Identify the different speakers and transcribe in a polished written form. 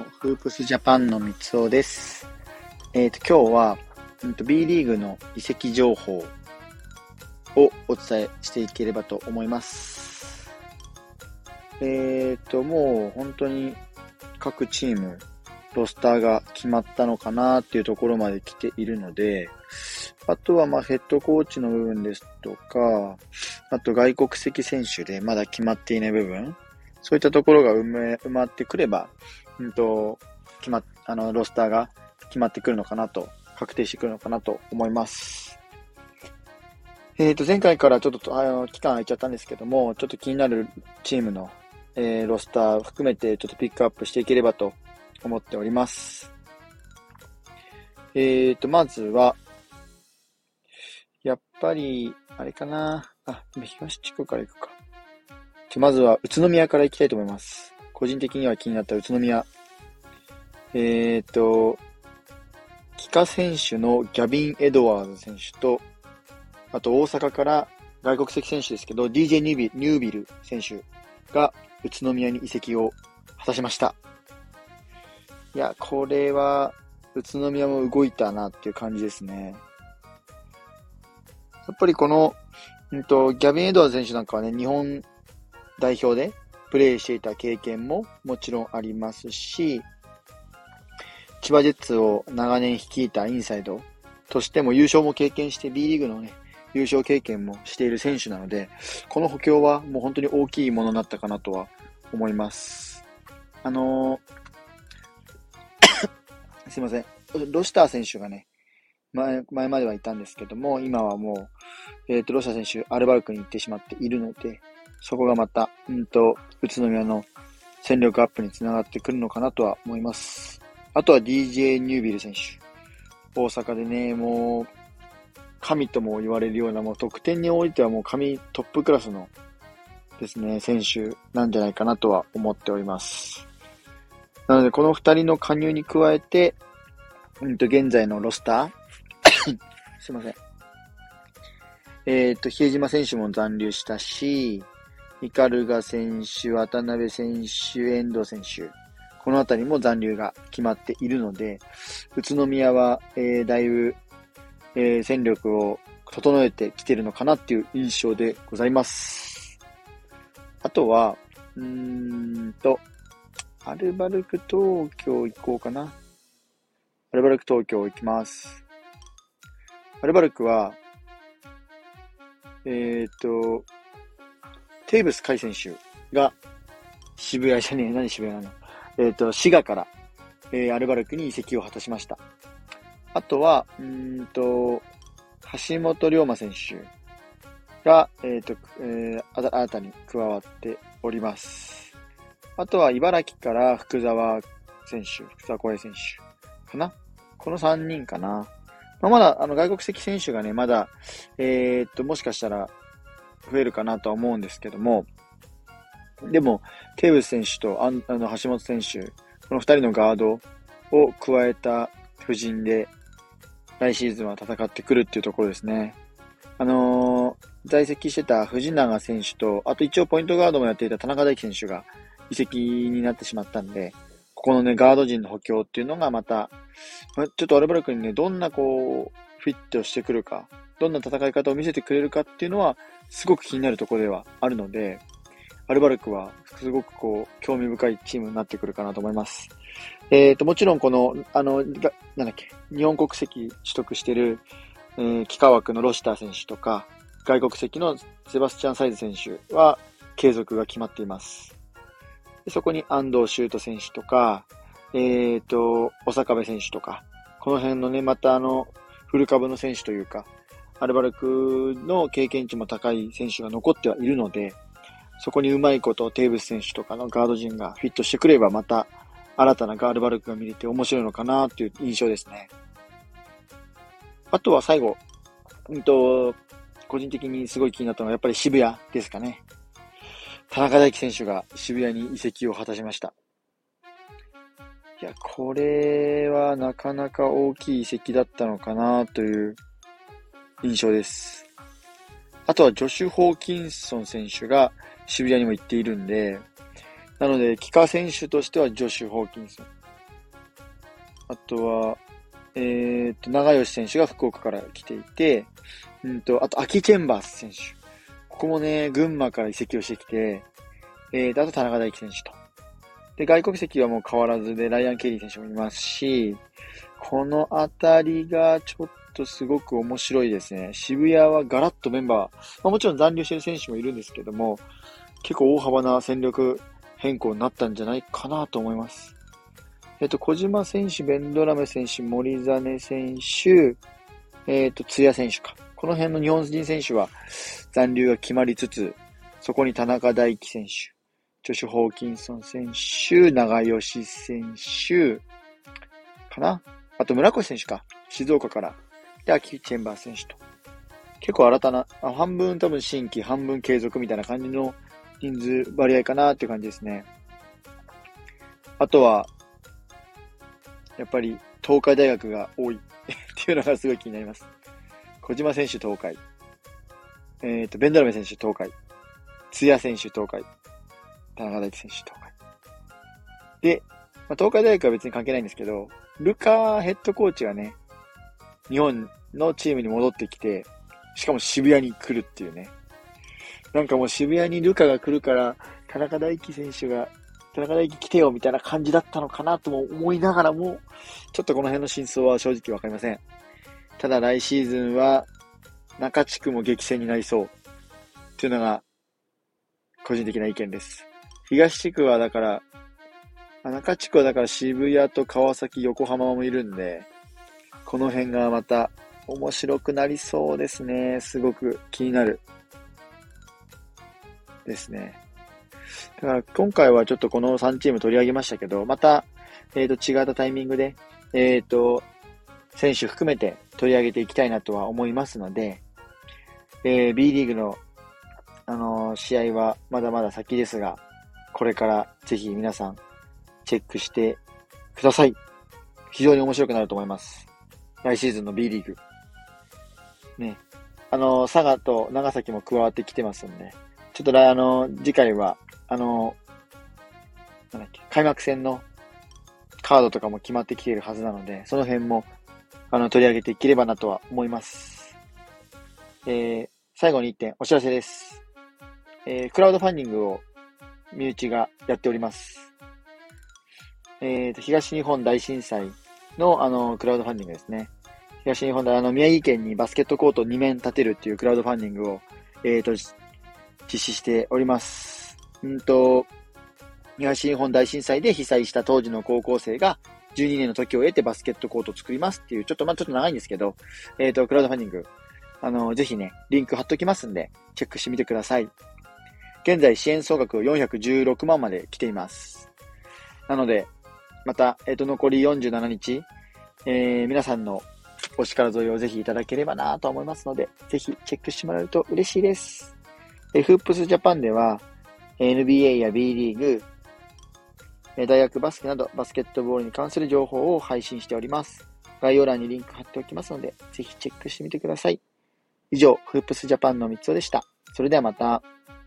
Speaker 1: フープスジャパンの三尾です。今日は、B リーグの移籍情報をお伝えしていければと思います。もう本当に各チーム、ロスターが決まったのかなっていうところまで来ているので、あとはヘッドコーチの部分ですとか、あと外国籍選手でまだ決まっていない部分、そういったところが埋まってくれば、ロスターが決まってくるのかなと、確定してくるのかなと思います。前回からちょっと期間空いちゃったんですけども、ちょっと気になるチームの、ロスター含めてちょっとピックアップしていければと思っております。まずは、やっぱり、あれかな。東地区から行くか。まずは宇都宮から行きたいと思います。個人的には気になった宇都宮。帰化選手のギャビン・エドワーズ選手と、あと大阪から外国籍選手ですけど、DJ ニュービル選手が宇都宮に移籍を果たしました。いや、これは宇都宮も動いたなっていう感じですね。やっぱりこの、ギャビン・エドワーズ選手なんかはね、日本代表でプレーしていた経験ももちろんありますし、千葉ジェッツを長年率いたインサイドとしても優勝も経験して B リーグのね、優勝経験もしている選手なので、この補強はもう本当に大きいものになったかなとは思います。すいません。ロシター選手がね、前まではいたんですけども、今はもう、ロシター選手、アルバルクに行ってしまっているので、そこがまた、宇都宮の戦力アップにつながってくるのかなとは思います。あとは DJ ニュービル選手。大阪でね、もう、神とも言われるような、もう得点においてはもう神トップクラスのですね、選手なんじゃないかなとは思っております。なので、この二人の加入に加えて、現在のロスターすいません。比江島選手も残留したし、イカルガ選手、渡辺選手、遠藤選手、このあたりも残留が決まっているので、宇都宮は、だいぶ、戦力を整えてきているのかなっていう印象でございます。あとは、アルバルク東京行こうかな。アルバルク東京行きます。アルバルクは、テイブス海選手が渋谷じゃねえ、何渋谷なの？滋賀から、アルバルクに移籍を果たしました。あとは、橋本龍馬選手が、新たに加わっております。あとは茨城から福沢浩平選手かな。この3人かな。まだ、外国籍選手がね、まだ、もしかしたら増えるかなとは思うんですけども、でも、テーブス選手と橋本選手、この2人のガードを加えた布陣で、来シーズンは戦ってくるっていうところですね。在籍してた藤永選手と、あと一応ポイントガードもやっていた田中大輝選手が移籍になってしまったんで、ここのね、ガード陣の補強っていうのがまた、ちょっとアルバルクにね、どんなフィットしてくるか、どんな戦い方を見せてくれるかっていうのは、すごく気になるところではあるので、アルバルクはすごく興味深いチームになってくるかなと思います。もちろんこの、日本国籍取得してる、幾何枠のロシター選手とか、外国籍のセバスチャン・サイズ選手は継続が決まっています。でそこに安藤修斗選手とか、小坂部選手とか、この辺のね、またフル株の選手というか、アルバルクの経験値も高い選手が残ってはいるので、そこにうまいことテーブス選手とかのガード陣がフィットしてくれば、また新たなガールバルクが見れて面白いのかなという印象ですね。あとは最後、個人的にすごい気になったのはやっぱり渋谷ですかね。田中大輝選手が渋谷に移籍を果たしました。いや、これはなかなか大きい移籍だったのかなという印象です。あとはジョシュ・ホーキンソン選手が渋谷にも行っているんで、なので、帰化選手としてはジョシュ・ホーキンソン。 あとは、長吉選手が福岡から来ていて、あと、秋チェンバース選手。ここもね、群馬から移籍をしてきて、あと田中大輝選手と。で、外国籍はもう変わらずで、ライアン・ケリー選手もいますし、このあたりがちょっとすごく面白いですね。渋谷はガラッとメンバー、もちろん残留している選手もいるんですけども、結構大幅な戦力変更になったんじゃないかなと思います。小島選手、ベンドラメ選手、森実選手、津屋選手か。この辺の日本人選手は残留が決まりつつ、そこに田中大輝選手、ジョシュ・ホーキンソン選手、長吉選手、かな。あと村越選手か。静岡から。で、秋チェンバー選手と。結構新たな、半分多分新規、半分継続みたいな感じの人数割合かなっていう感じですね。あとは、やっぱり東海大学が多いっていうのがすごい気になります。小島選手東海。ベンドラメ選手東海。津屋選手東海。田中大輝選手東海。で、東海大学は別に関係ないんですけど、ルカヘッドコーチがね、日本のチームに戻ってきて、しかも渋谷に来るっていうね。なんかもう渋谷にルカが来るから、田中大輝来てよみたいな感じだったのかなとも思いながらも、ちょっとこの辺の真相は正直わかりません。ただ来シーズンは中地区も激戦になりそうっていうのが個人的な意見です。東地区はだから、中地区はだから渋谷と川崎、横浜もいるんで、この辺がまた面白くなりそうですね。すごく気になるですね。だから今回はちょっとこの3チーム取り上げましたけど、また、違ったタイミングで、選手含めて取り上げていきたいなとは思いますので、B リーグの、試合はまだまだ先ですが、これからぜひ皆さんチェックしてください。非常に面白くなると思います。来シーズンの B リーグ。ね。佐賀と長崎も加わってきてますんで、ちょっと次回は、開幕戦のカードとかも決まってきているはずなので、その辺も、取り上げていければなとは思います。最後に1点お知らせです。クラウドファンディングを身内がやっております。東日本大震災の、クラウドファンディングですね。東日本大、宮城県にバスケットコート2面建てるっていうクラウドファンディングを、実施しております。東日本大震災で被災した当時の高校生が12年の時を経てバスケットコートを作りますっていう、ちょっと長いんですけど、クラウドファンディング、ぜひね、リンク貼っときますんで、チェックしてみてください。現在支援総額416万まで来ています。なので、また、残り47日、皆さんのお力添えをぜひいただければなと思いますので、ぜひチェックしてもらえると嬉しいです。フープスジャパンでは、NBA や B リーグ、大学バスケなどバスケットボールに関する情報を配信しております。概要欄にリンク貼っておきますので、ぜひチェックしてみてください。以上、フープスジャパンの3つでした。それではまた。